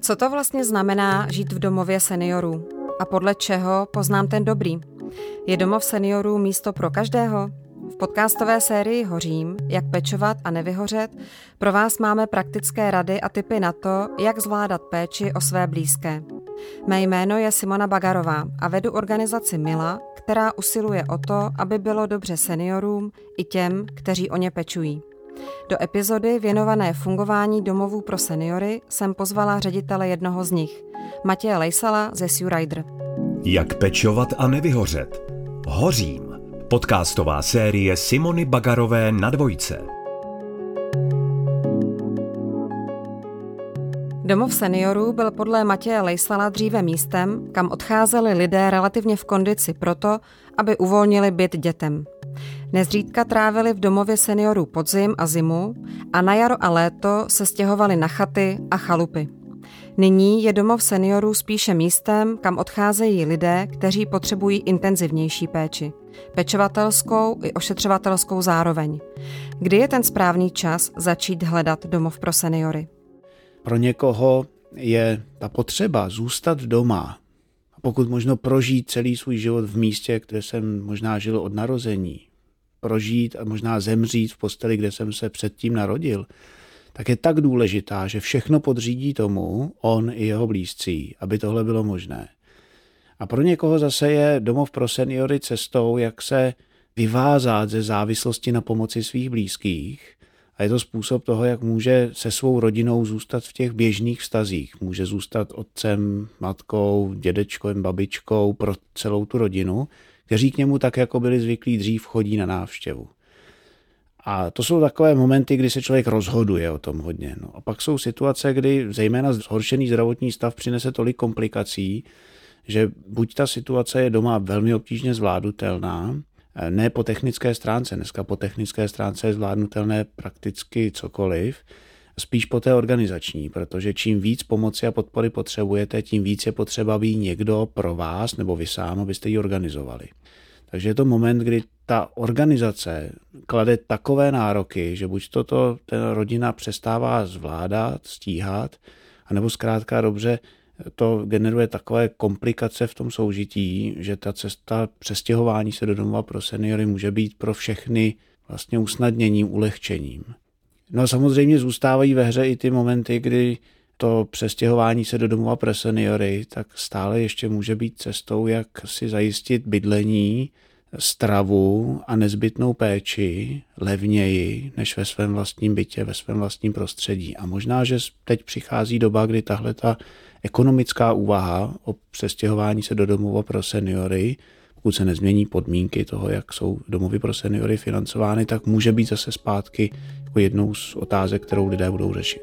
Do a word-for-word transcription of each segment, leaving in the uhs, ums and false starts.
Co to vlastně znamená žít v domově seniorů? A podle čeho poznám ten dobrý? Je domov seniorů místo pro každého? V podcastové sérii Hořím, jak pečovat a nevyhořet, pro vás máme praktické rady a tipy na to, jak zvládat péči o své blízké. Mé jméno je Simona Bagarová a vedu organizaci Mila, která usiluje o to, aby bylo dobře seniorům i těm, kteří o ně pečují. Do epizody věnované fungování domovů pro seniory jsem pozvala ředitele jednoho z nich, Matěje Lejsala ze SURider. Jak pečovat a nevyhořet. Hořím. Podcastová série Simony Bagarové na dvojce. Domov seniorů byl podle Matěje Lejsala dříve místem, kam odcházeli lidé relativně v kondici proto, aby uvolnili byt dětem. Nezřídka trávili v domově seniorů podzim a zimu a na jaro a léto se stěhovali na chaty a chalupy. Nyní je domov seniorů spíše místem, kam odcházejí lidé, kteří potřebují intenzivnější péči. Pečovatelskou i ošetřovatelskou zároveň. Kdy je ten správný čas začít hledat domov pro seniory? Pro někoho je ta potřeba zůstat doma, pokud možno prožít celý svůj život v místě, kde jsem možná žil od narození, prožít a možná zemřít v posteli, kde jsem se předtím narodil, tak je tak důležitá, že všechno podřídí tomu, on i jeho blízcí, aby tohle bylo možné. A pro někoho zase je domov pro seniory cestou, jak se vyvázat ze závislosti na pomoci svých blízkých. A je to způsob toho, jak může se svou rodinou zůstat v těch běžných vztazích. Může zůstat otcem, matkou, dědečkem, babičkou pro celou tu rodinu, kteří k němu tak, jako byli zvyklí dřív, chodí na návštěvu. A to jsou takové momenty, kdy se člověk rozhoduje o tom hodně. No a pak jsou situace, kdy zejména zhoršený zdravotní stav přinese tolik komplikací, že buď ta situace je doma velmi obtížně zvládnutelná, ne po technické stránce, dneska po technické stránce je zvládnutelné prakticky cokoliv, spíš po té organizační, protože čím víc pomoci a podpory potřebujete, tím víc je potřeba, aby někdo pro vás nebo vy sám, abyste ji organizovali. Takže je to moment, kdy ta organizace klade takové nároky, že buď toto ta rodina přestává zvládat, stíhat, anebo zkrátka dobře to generuje takové komplikace v tom soužití, že ta cesta přestěhování se do domova pro seniory může být pro všechny vlastně usnadněním, ulehčením. No a samozřejmě zůstávají ve hře i ty momenty, kdy to přestěhování se do domova pro seniory tak stále ještě může být cestou, jak si zajistit bydlení, stravu a nezbytnou péči levněji než ve svém vlastním bytě, ve svém vlastním prostředí. A možná, že teď přichází doba, kdy tahle ta ekonomická úvaha o přestěhování se do domova pro seniory, pokud se nezmění podmínky toho, jak jsou domovy pro seniory financovány, tak může být zase zpátky jako jednou z otázek, kterou lidé budou řešit.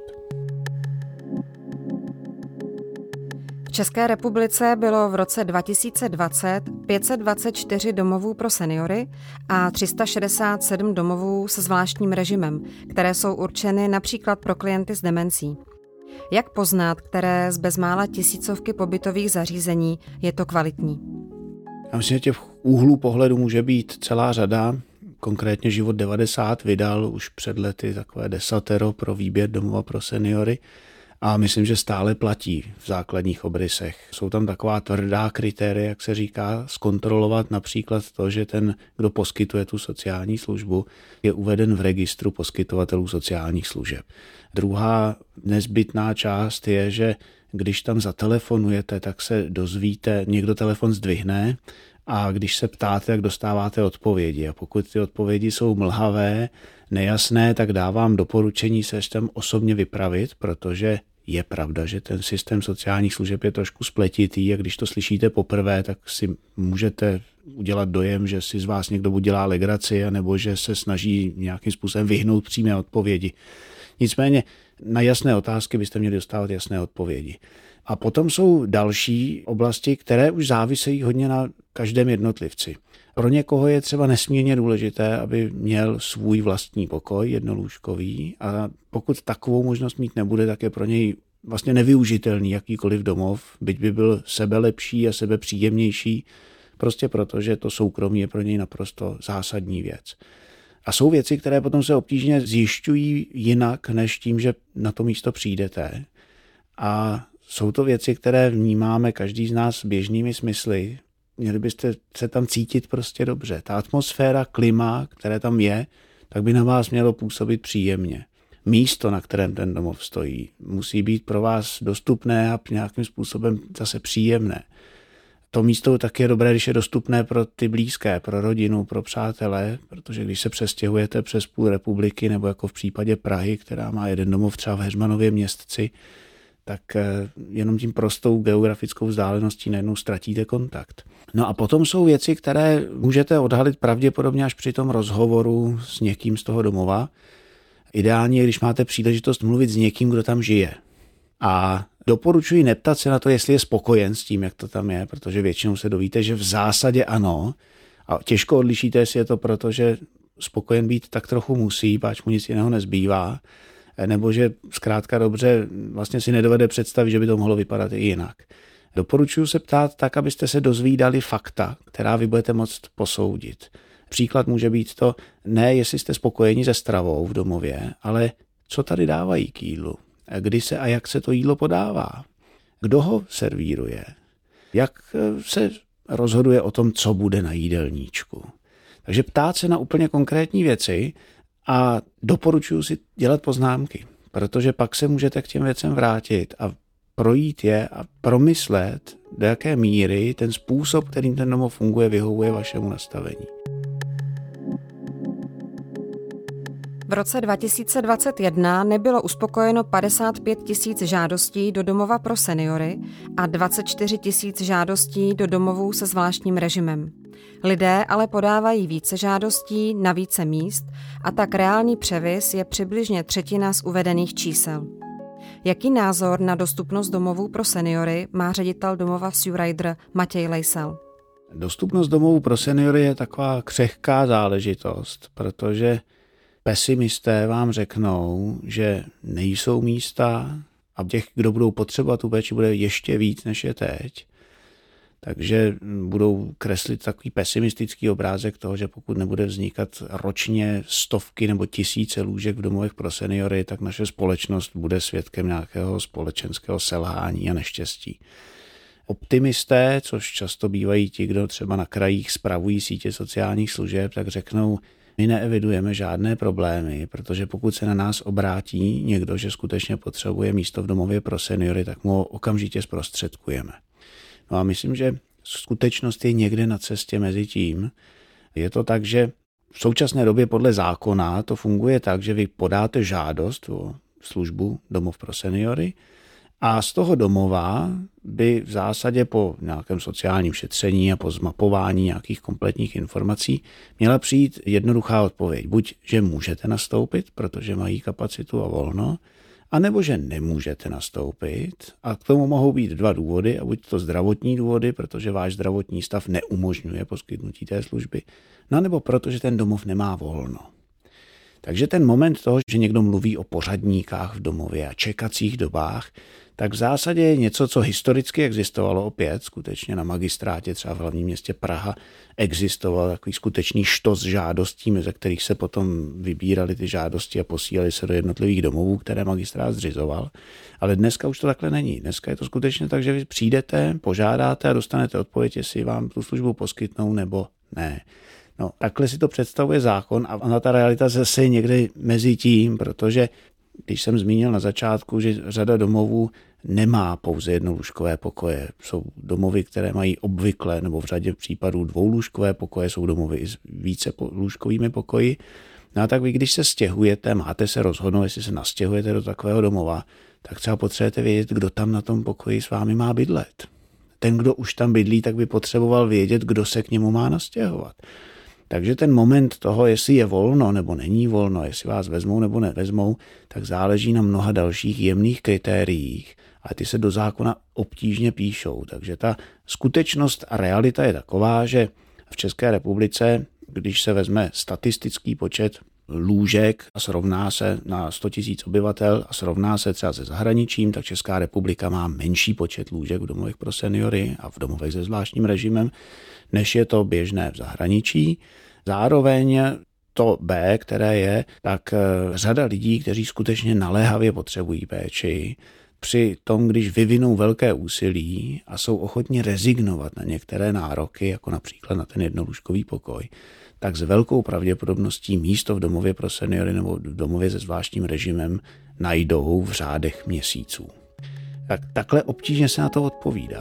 V České republice bylo v roce dva tisíce dvacet pět set dvacet čtyři domovů pro seniory a tři sta šedesát sedm domovů se zvláštním režimem, které jsou určeny například pro klienty s demencí. Jak poznat, které z bezmála tisícovky pobytových zařízení je to kvalitní? Já myslím, že těch úhlů pohledu může být celá řada. Konkrétně Život devadesát vydal už před lety takové desatero pro výběr domova pro seniory a myslím, že stále platí v základních obrysech. Jsou tam taková tvrdá kritéria, jak se říká, zkontrolovat například to, že ten, kdo poskytuje tu sociální službu, je uveden v registru poskytovatelů sociálních služeb. Druhá nezbytná část je, že když tam zatelefonujete, tak se dozvíte, někdo telefon zdvihne a když se ptáte, jak dostáváte odpovědi. A pokud ty odpovědi jsou mlhavé, nejasné, tak dávám doporučení se tam osobně vypravit, protože je pravda, že ten systém sociálních služeb je trošku spletitý a když to slyšíte poprvé, tak si můžete udělat dojem, že si z vás někdo buď dělá legraci, nebo že se snaží nějakým způsobem vyhnout přímé odpovědi. Nicméně na jasné otázky byste měli dostávat jasné odpovědi. A potom jsou další oblasti, které už závisejí hodně na každém jednotlivci. Pro někoho je třeba nesmírně důležité, aby měl svůj vlastní pokoj, jednolůžkový, a pokud takovou možnost mít nebude, tak je pro něj vlastně nevyužitelný jakýkoliv domov, byť by byl sebelepší a sebepříjemnější, prostě proto, že to soukromí je pro něj naprosto zásadní věc. A jsou věci, které potom se obtížně zjišťují jinak, než tím, že na to místo přijdete. A jsou to věci, které vnímáme každý z nás běžnými smysly. Měli byste se tam cítit prostě dobře. Ta atmosféra, klima, které tam je, tak by na vás mělo působit příjemně. Místo, na kterém ten domov stojí, musí být pro vás dostupné a nějakým způsobem zase příjemné. To místo taky je dobré, když je dostupné pro ty blízké, pro rodinu, pro přátele, protože když se přestěhujete přes půl republiky, nebo jako v případě Prahy, která má jeden domov třeba v Heřmanově Městci, tak jenom tím prostou geografickou vzdáleností najednou ztratíte kontakt. No a potom jsou věci, které můžete odhalit pravděpodobně až při tom rozhovoru s někým z toho domova. Ideálně, když máte příležitost mluvit s někým, kdo tam žije. A doporučuji neptat se na to, jestli je spokojen s tím, jak to tam je, protože většinou se dovíte, že v zásadě ano. A těžko odlišíte, jestli je to proto, že spokojen být tak trochu musí, páč mu nic jiného nezbývá, nebo že zkrátka dobře vlastně si nedovede představit, že by to mohlo vypadat i jinak. Doporučuji se ptát tak, abyste se dozvídali fakta, která vy budete moct posoudit. Příklad může být to, ne jestli jste spokojeni se stravou v domově, ale co tady dávají k jídlu, kdy se a jak se to jídlo podává, kdo ho servíruje, jak se rozhoduje o tom, co bude na jídelníčku. Takže ptát se na úplně konkrétní věci a doporučuji si dělat poznámky, protože pak se můžete k těm věcem vrátit a projít je a promyslet, do jaké míry ten způsob, kterým ten domov funguje, vyhovuje vašemu nastavení. V roce dva tisíce dvacet jedna nebylo uspokojeno padesát pět tisíc žádostí do domova pro seniory a dvacet čtyři tisíc žádostí do domovů se zvláštním režimem. Lidé ale podávají více žádostí na více míst a tak reálný převis je přibližně třetina z uvedených čísel. Jaký názor na dostupnost domovů pro seniory má ředitel domova v Surreyder Matěj Lejsel? Dostupnost domovů pro seniory je taková křehká záležitost, protože pesimisté vám řeknou, že nejsou místa a těch, kdo budou potřebovat tu péči, bude ještě víc, než je teď. Takže budou kreslit takový pesimistický obrázek toho, že pokud nebude vznikat ročně stovky nebo tisíce lůžek v domovech pro seniory, tak naše společnost bude svědkem nějakého společenského selhání a neštěstí. Optimisté, což často bývají ti, kdo třeba na krajích spravují sítě sociálních služeb, tak řeknou, my neevidujeme žádné problémy, protože pokud se na nás obrátí někdo, že skutečně potřebuje místo v domově pro seniory, tak mu ho okamžitě zprostředkujeme. No a myslím, že skutečnost je někde na cestě mezi tím. Je to tak, že v současné době podle zákona to funguje tak, že vy podáte žádost o službu domov pro seniory a z toho domova by v zásadě po nějakém sociálním šetření a po zmapování nějakých kompletních informací měla přijít jednoduchá odpověď. Buď, že můžete nastoupit, protože mají kapacitu a volno, anebo že nemůžete nastoupit a k tomu mohou být dva důvody, a buď to zdravotní důvody, protože váš zdravotní stav neumožňuje poskytnutí té služby, no nebo protože ten domov nemá volno. Takže ten moment toho, že někdo mluví o pořadníkách v domově a čekacích dobách, tak v zásadě je něco, co historicky existovalo opět, skutečně na magistrátě, třeba v hlavním městě Praha, existoval takový skutečný štos žádostí, ze kterých se potom vybíraly ty žádosti a posílaly se do jednotlivých domovů, které magistrát zřizoval. Ale dneska už to takhle není. Dneska je to skutečně tak, že vy přijdete, požádáte a dostanete odpověď, jestli vám tu službu poskytnou nebo ne. No, takhle si to představuje zákon a ona ta realita zase je někde mezi tím, protože když jsem zmínil na začátku, že řada domovů nemá pouze jednolůžkové pokoje. Jsou domovy, které mají obvykle, nebo v řadě případů dvoulůžkové pokoje, jsou domovy i s více lůžkovými pokoji. No a tak vy, když se stěhujete, máte se rozhodnout, jestli se nastěhujete do takového domova, tak třeba potřebujete vědět, kdo tam na tom pokoji s vámi má bydlet. Ten, kdo už tam bydlí, tak by potřeboval vědět, kdo se k němu má nastěhovat. Takže ten moment toho, jestli je volno nebo není volno, jestli vás vezmou nebo nevezmou, tak záleží na mnoha dalších jemných kritériích a ty se do zákona obtížně píšou. Takže ta skutečnost a realita je taková, že v České republice, když se vezme statistický počet lůžek a srovná se na sto tisíc obyvatel a srovná se třeba se zahraničím, tak Česká republika má menší počet lůžek v domovech pro seniory a v domovech se zvláštním režimem, než je to běžné v zahraničí. Zároveň to B, které je, tak řada lidí, kteří skutečně naléhavě potřebují péči, při tom, když vyvinou velké úsilí a jsou ochotni rezignovat na některé nároky, jako například na ten jednolůžkový pokoj, tak s velkou pravděpodobností místo v domově pro seniory nebo v domově se zvláštním režimem najdou v řádech měsíců. Tak takhle obtížně se na to odpovídá.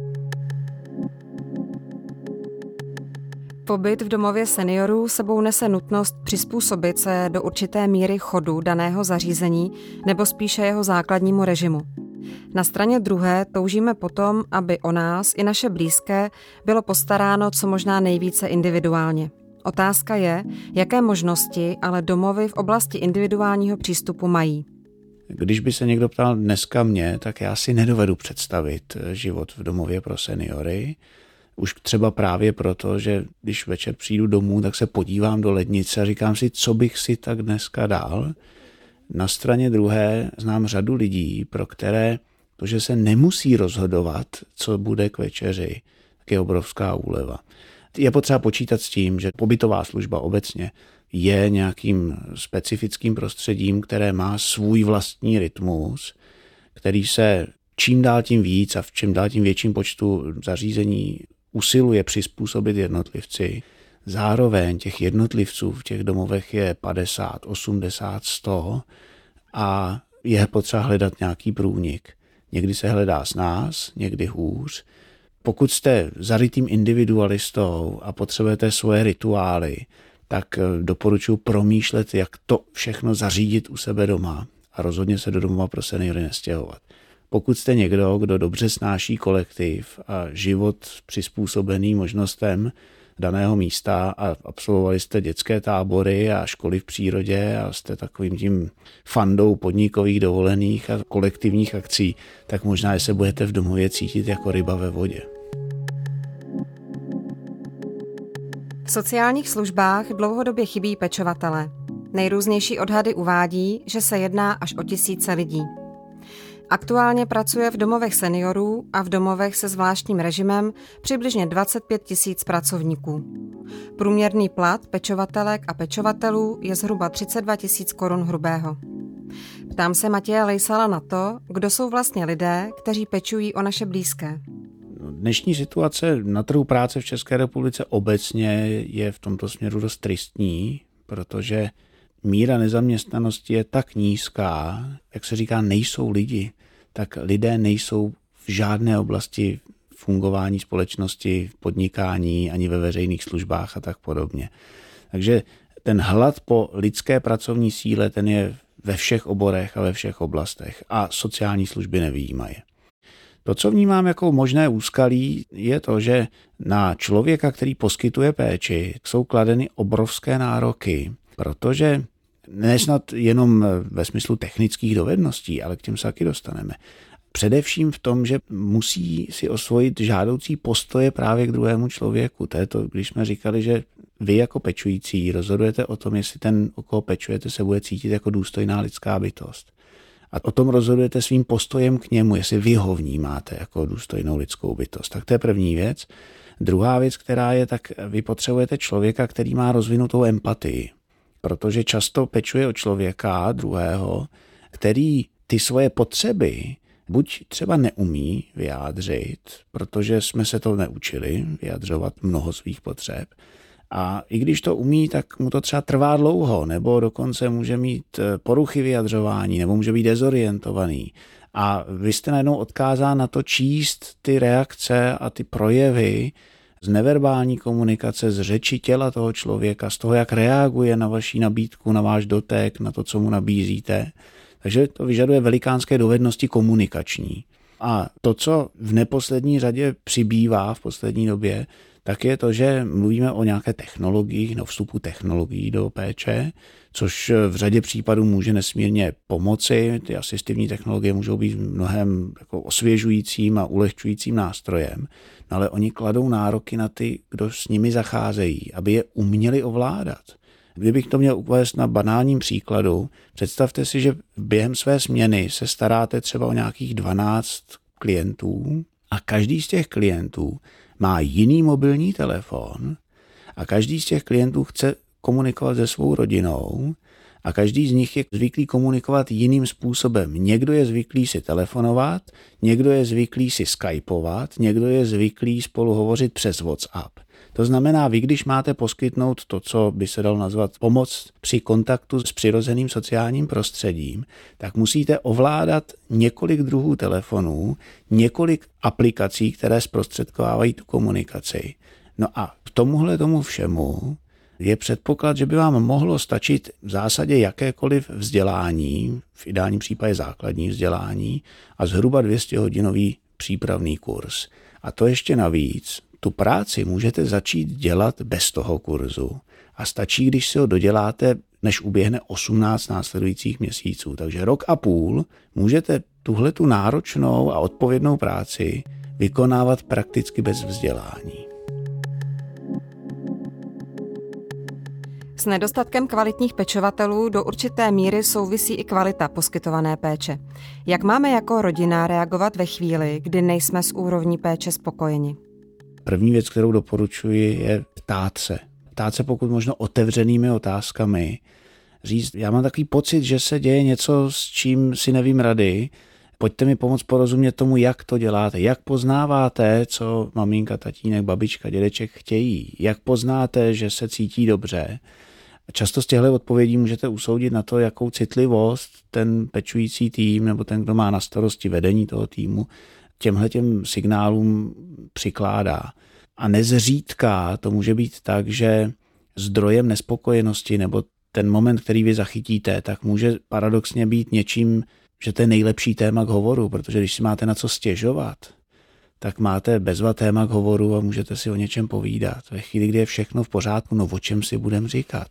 Pobyt v domově seniorů sebou nese nutnost přizpůsobit se do určité míry chodu daného zařízení nebo spíše jeho základnímu režimu. Na straně druhé toužíme potom, aby o nás i naše blízké bylo postaráno co možná nejvíce individuálně. Otázka je, jaké možnosti ale domovy v oblasti individuálního přístupu mají. Když by se někdo ptal dneska mě, tak já si nedovedu představit život v domově pro seniory. Už třeba právě proto, že když večer přijdu domů, tak se podívám do lednice a říkám si, co bych si tak dneska dal. Na straně druhé znám řadu lidí, pro které to, že se nemusí rozhodovat, co bude k večeři, tak je obrovská úleva. Je potřeba počítat s tím, že pobytová služba obecně je nějakým specifickým prostředím, které má svůj vlastní rytmus, který se čím dál tím víc a v čím dál tím větším počtu zařízení usiluje přizpůsobit jednotlivci. Zároveň těch jednotlivců v těch domovech je padesát, osmdesát, sto a je potřeba hledat nějaký průnik. Někdy se hledá s nás, někdy hůř. Pokud jste zarytým individualistou a potřebujete svoje rituály, tak doporučuji promýšlet, jak to všechno zařídit u sebe doma a rozhodně se do domova pro seniory nestěhovat. Pokud jste někdo, kdo dobře snáší kolektiv a život přizpůsobený možnostem daného místa a absolvovali jste dětské tábory a školy v přírodě a jste takovým tím fandou podnikových dovolených a kolektivních akcí, tak možná se budete v domově cítit jako ryba ve vodě. V sociálních službách dlouhodobě chybí pečovatelé. Nejrůznější odhady uvádí, že se jedná až o tisíce lidí. Aktuálně pracuje v domovech seniorů a v domovech se zvláštním režimem přibližně dvacet pět tisíc pracovníků. Průměrný plat pečovatelek a pečovatelů je zhruba třicet dva tisíc korun hrubého. Ptám se Matěje Lejsala na to, kdo jsou vlastně lidé, kteří pečují o naše blízké. Dnešní situace na trhu práce v České republice obecně je v tomto směru dost tristní, protože míra nezaměstnanosti je tak nízká, jak se říká, nejsou lidi, tak lidé nejsou v žádné oblasti fungování společnosti, podnikání, ani ve veřejných službách a tak podobně. Takže ten hlad po lidské pracovní síle, ten je ve všech oborech a ve všech oblastech a sociální služby nevyjímají. To, co vnímám jako možné úskalí, je to, že na člověka, který poskytuje péči, jsou kladeny obrovské nároky, protože nesnad jenom ve smyslu technických dovedností, ale k těm se taky dostaneme. Především v tom, že musí si osvojit žádoucí postoje právě k druhému člověku. To je to, když jsme říkali, že vy jako pečující rozhodujete o tom, jestli ten, o koho pečujete, se bude cítit jako důstojná lidská bytost. A o tom rozhodujete svým postojem k němu, jestli vy ho vnímáte jako důstojnou lidskou bytost. Tak to je první věc. Druhá věc, která je, tak vy potřebujete člověka, který má rozvinutou empatii. Protože často pečuje o člověka druhého, který ty svoje potřeby buď třeba neumí vyjádřit, protože jsme se to neučili vyjadřovat mnoho svých potřeb, a i když to umí, tak mu to třeba trvá dlouho, nebo dokonce může mít poruchy vyjadřování, nebo může být dezorientovaný. A vy jste najednou odkázán na to číst ty reakce a ty projevy z neverbální komunikace, z řeči těla toho člověka, z toho, jak reaguje na vaši nabídku, na váš dotek, na to, co mu nabízíte. Takže to vyžaduje velikánské dovednosti komunikační. A to, co v neposlední řadě přibývá v poslední době, tak je to, že mluvíme o nějaké technologiích, no vstupu technologií do péče, což v řadě případů může nesmírně pomoci. Ty asistivní technologie můžou být mnohem jako osvěžujícím a ulehčujícím nástrojem, no ale oni kladou nároky na ty, kdo s nimi zacházejí, aby je uměli ovládat. Kdybych to měl uvést na banálním příkladu, představte si, že během své směny se staráte třeba o nějakých dvanáct klientů a každý z těch klientů má jiný mobilní telefon a každý z těch klientů chce komunikovat se svou rodinou A každý z nich je zvyklý komunikovat jiným způsobem. Někdo je zvyklý si telefonovat, někdo je zvyklý si skypovat, někdo je zvyklý spolu hovořit přes WhatsApp. To znamená, vy když máte poskytnout to, co by se dalo nazvat pomoc při kontaktu s přirozeným sociálním prostředím, tak musíte ovládat několik druhů telefonů, několik aplikací, které zprostředkovávají tu komunikaci. No a k tomuhle tomu všemu je předpoklad, že by vám mohlo stačit v zásadě jakékoliv vzdělání, v ideálním případě základní vzdělání a zhruba dvě stě hodinový přípravný kurz. A to ještě navíc. Tu práci můžete začít dělat bez toho kurzu a stačí, když si ho doděláte, než uběhne osmnáct následujících měsíců. Takže rok a půl můžete tuhletu náročnou a odpovědnou práci vykonávat prakticky bez vzdělání. S nedostatkem kvalitních pečovatelů do určité míry souvisí i kvalita poskytované péče. Jak máme jako rodina reagovat ve chvíli, kdy nejsme s úrovní péče spokojeni? První věc, kterou doporučuji, je ptát se. Ptát se pokud možno otevřenými otázkami. Říct, já mám takový pocit, že se děje něco, s čím si nevím rady. Pojďte mi pomoct porozumět tomu, jak to děláte. Jak poznáváte, co maminka, tatínek, babička, dědeček chtějí. Jak poznáte, že se cítí dobře. Často z těchto odpovědí můžete usoudit na to, jakou citlivost ten pečující tým nebo ten, kdo má na starosti vedení toho týmu, těmhletěm signálům přikládá. A nezřídka to může být tak, že zdrojem nespokojenosti nebo ten moment, který vy zachytíte, tak může paradoxně být něčím, že to je nejlepší téma k hovoru, protože když si máte na co stěžovat, tak máte bezva téma k hovoru a můžete si o něčem povídat. Ve chvíli, kdy je všechno v pořádku, no o čem si budeme říkat.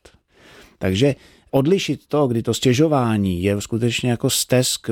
Takže odlišit to, kdy to stěžování je skutečně jako stesk,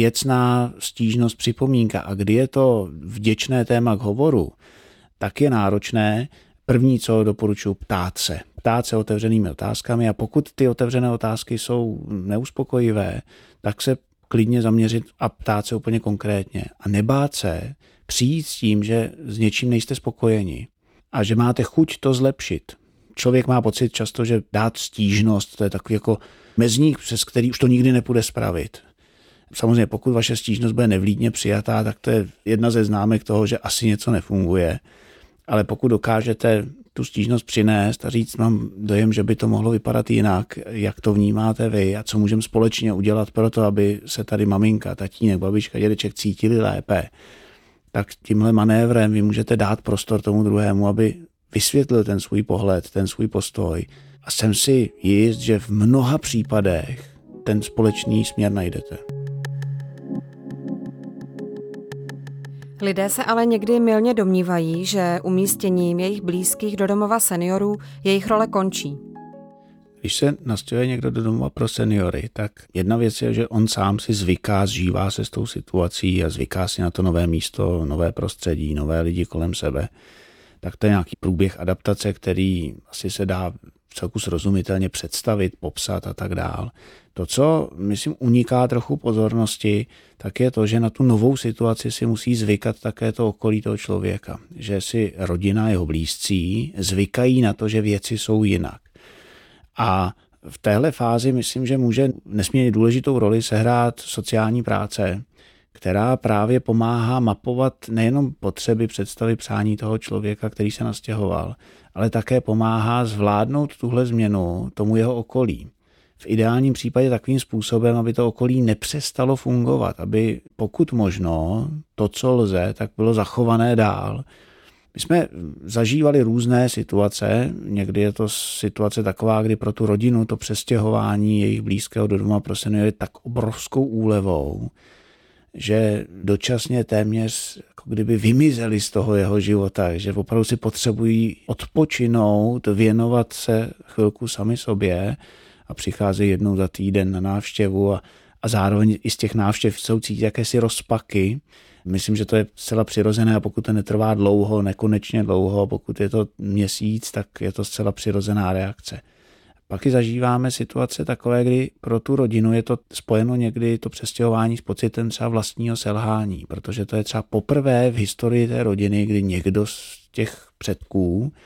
věcná stížnost, připomínka a kdy je to vděčné téma k hovoru, tak je náročné. První, co doporučuji, ptát se. Ptát se otevřenými otázkami a pokud ty otevřené otázky jsou neuspokojivé, tak se klidně zaměřit a ptát se úplně konkrétně. A nebát se přijít s tím, že s něčím nejste spokojeni a že máte chuť to zlepšit. Člověk má pocit často, že dát stížnost, to je takový jako mezník, přes který už to nikdy nepůjde spravit. Samozřejmě, pokud vaše stížnost bude nevlídně přijatá, tak to je jedna ze známek toho, že asi něco nefunguje. Ale pokud dokážete tu stížnost přinést a říct, mám dojem, že by to mohlo vypadat jinak, jak to vnímáte vy a co můžeme společně udělat pro to, aby se tady maminka, tatínek, babička, dědeček cítili lépe, tak tímhle manévrem vy můžete dát prostor tomu druhému, aby vysvětlil ten svůj pohled, ten svůj postoj. A jsem si jist, že v mnoha případech ten společný směr najdete. Lidé se ale někdy mylně domnívají, že umístěním jejich blízkých do domova seniorů jejich role končí. Když se nastěhuje někdo do domova pro seniory, tak jedna věc je, že on sám si zvyká, zžívá se s tou situací a zvyká si na to nové místo, nové prostředí, nové lidi kolem sebe. Tak to je nějaký průběh adaptace, který asi se dá celku srozumitelně představit, popsat a tak dál. To, co, myslím, uniká trochu pozornosti, tak je to, že na tu novou situaci si musí zvykat také to okolí toho člověka. Že si rodina, jeho blízcí zvykají na to, že věci jsou jinak. A v téhle fázi myslím, že může nesmírně důležitou roli sehrát sociální práce, která právě pomáhá mapovat nejenom potřeby, představy, přání toho člověka, který se nastěhoval, ale také pomáhá zvládnout tuhle změnu tomu jeho okolí. V ideálním případě takovým způsobem, aby to okolí nepřestalo fungovat, aby pokud možno to, co lze, tak bylo zachované dál. My jsme zažívali různé situace, někdy je to situace taková, kdy pro tu rodinu to přestěhování jejich blízkého do doma pro seniory je tak obrovskou úlevou, že dočasně téměř jako kdyby vymizeli z toho jeho života, že opravdu si potřebují odpočinout, věnovat se chvilku sami sobě a přicházejí jednou za týden na návštěvu a, a zároveň i z těch návštěv jsou cítit jakési rozpaky. Myslím, že to je zcela přirozené a pokud to netrvá dlouho, nekonečně dlouho, pokud je to měsíc, tak je to zcela přirozená reakce. Pak i zažíváme situace takové, kdy pro tu rodinu je to spojeno někdy to přestěhování s pocitem třeba vlastního selhání, protože to je třeba poprvé v historii té rodiny, kdy někdo z těch předků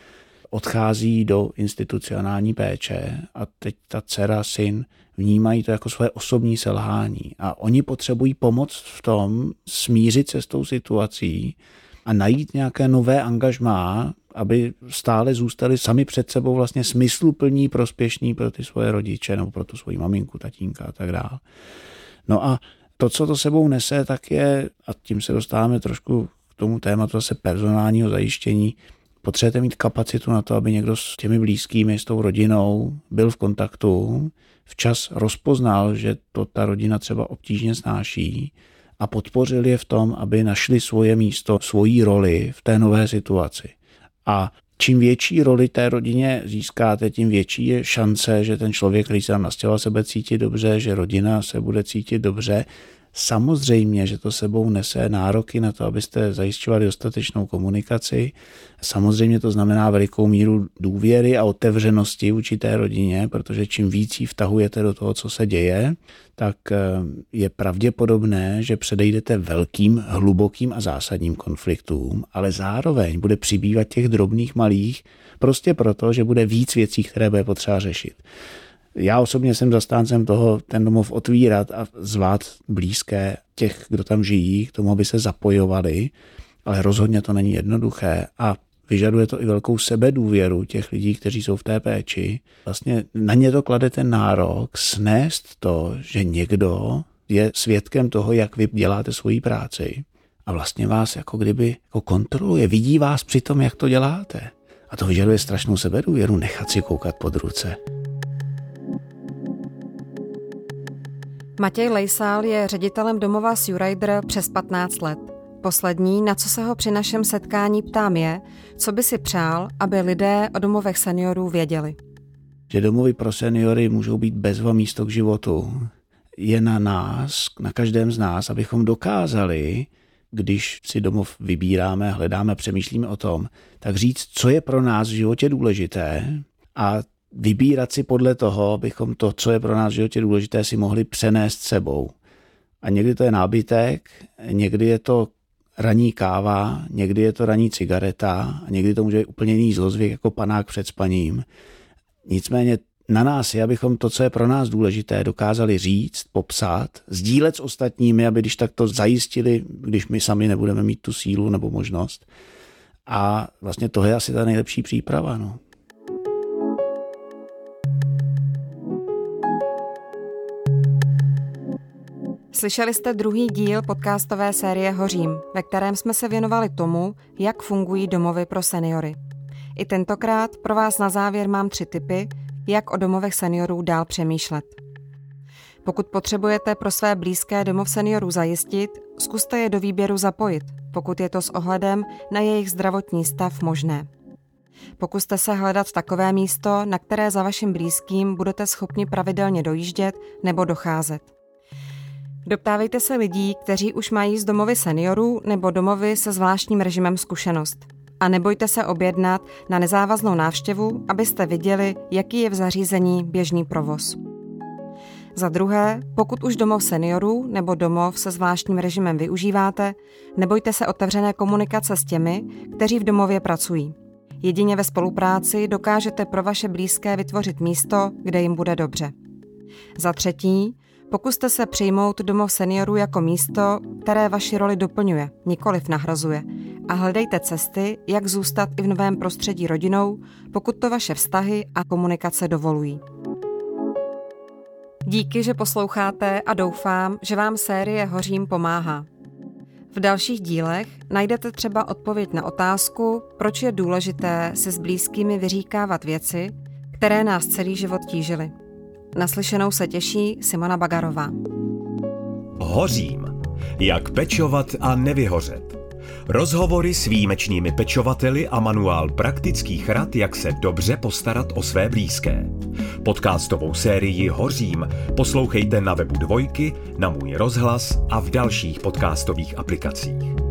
odchází do institucionální péče a teď ta dcera, syn vnímají to jako své osobní selhání a oni potřebují pomoc v tom smířit se s tou situací a najít nějaké nové angažmá, aby stále zůstali sami před sebou vlastně smysluplní, prospěšní pro ty svoje rodiče nebo pro tu svoji maminku, tatínka a tak dále. No a to, co to sebou nese, tak je, a tím se dostáváme trošku k tomu tématu zase personálního zajištění, potřebujete mít kapacitu na to, aby někdo s těmi blízkými, s tou rodinou byl v kontaktu, včas rozpoznal, že to ta rodina třeba obtížně snáší a podpořil je v tom, aby našli svoje místo, svoji roli v té nové situaci. A čím větší roli té rodině získáte, tím větší je šance, že ten člověk, který se tam nastěhoval, se bude cítit dobře, že rodina se bude cítit dobře. Samozřejmě, že to sebou nese nároky na to, abyste zajišťovali dostatečnou komunikaci. Samozřejmě to znamená velikou míru důvěry a otevřenosti vůči té rodině, protože čím víc ji vtahujete do toho, co se děje, tak je pravděpodobné, že předejdete velkým, hlubokým a zásadním konfliktům, ale zároveň bude přibývat těch drobných malých, prostě proto, že bude víc věcí, které bude potřeba řešit. Já osobně jsem zastáncem toho ten domov otvírat a zvát blízké těch, kdo tam žijí, k tomu, aby se zapojovali, ale rozhodně to není jednoduché a vyžaduje to i velkou sebedůvěru těch lidí, kteří jsou v té péči. Vlastně na ně to klade ten nárok snést to, že někdo je svědkem toho, jak vy děláte svoji práci a vlastně vás jako kdyby jako kontroluje, vidí vás při tom, jak to děláte. A to vyžaduje strašnou sebedůvěru, nechat si koukat pod ruce. Matěj Lejsál je ředitelem domova Sjurider přes patnáct let. Poslední, na co se ho při našem setkání ptám, je, co by si přál, aby lidé o domovech seniorů věděli. Že domovy pro seniory můžou být bezva místo k životu. Je na nás, na každém z nás, abychom dokázali, když si domov vybíráme, hledáme, přemýšlíme o tom, tak říct, co je pro nás v životě důležité a vybírat si podle toho, abychom to, co je pro nás v životě důležité, si mohli přenést sebou. A někdy to je nábytek, někdy je to ranní káva, někdy je to ranní cigareta a někdy to může být úplně jiný zlozvyk jako panák před spaním. Nicméně na nás je, abychom to, co je pro nás důležité, dokázali říct, popsat, sdílet s ostatními, aby když tak to zajistili, když my sami nebudeme mít tu sílu nebo možnost. A vlastně to je asi ta nejlepší příprava. No. Slyšeli jste druhý díl podcastové série Hořím, ve kterém jsme se věnovali tomu, jak fungují domovy pro seniory. I tentokrát pro vás na závěr mám tři tipy, jak o domovech seniorů dál přemýšlet. Pokud potřebujete pro své blízké domov seniorů zajistit, zkuste je do výběru zapojit, pokud je to s ohledem na jejich zdravotní stav možné. Pokuste se hledat takové místo, na které za vaším blízkým budete schopni pravidelně dojíždět nebo docházet. Doptávejte se lidí, kteří už mají z domovy seniorů nebo domovy se zvláštním režimem zkušenost. A nebojte se objednat na nezávaznou návštěvu, abyste viděli, jaký je v zařízení běžný provoz. Za druhé, pokud už domov seniorů nebo domov se zvláštním režimem využíváte, nebojte se otevřené komunikace s těmi, kteří v domově pracují. Jedině ve spolupráci dokážete pro vaše blízké vytvořit místo, kde jim bude dobře. Za třetí, pokuste se přijmout domov seniorů jako místo, které vaši roli doplňuje, nikoliv nahrazuje, a hledejte cesty, jak zůstat i v novém prostředí rodinou, pokud to vaše vztahy a komunikace dovolují. Díky, že posloucháte a doufám, že vám série Hořím pomáhá. V dalších dílech najdete třeba odpověď na otázku, proč je důležité si s blízkými vyříkávat věci, které nás celý život tížily. Naslyšenou se těší Simona Bagarová. Hořím. Jak pečovat a nevyhořet. Rozhovory s výjimečnými pečovateli a manuál praktických rad, jak se dobře postarat o své blízké. Podcastovou sérii Hořím poslouchejte na webu Dvojky, na Můj rozhlas a v dalších podcastových aplikacích.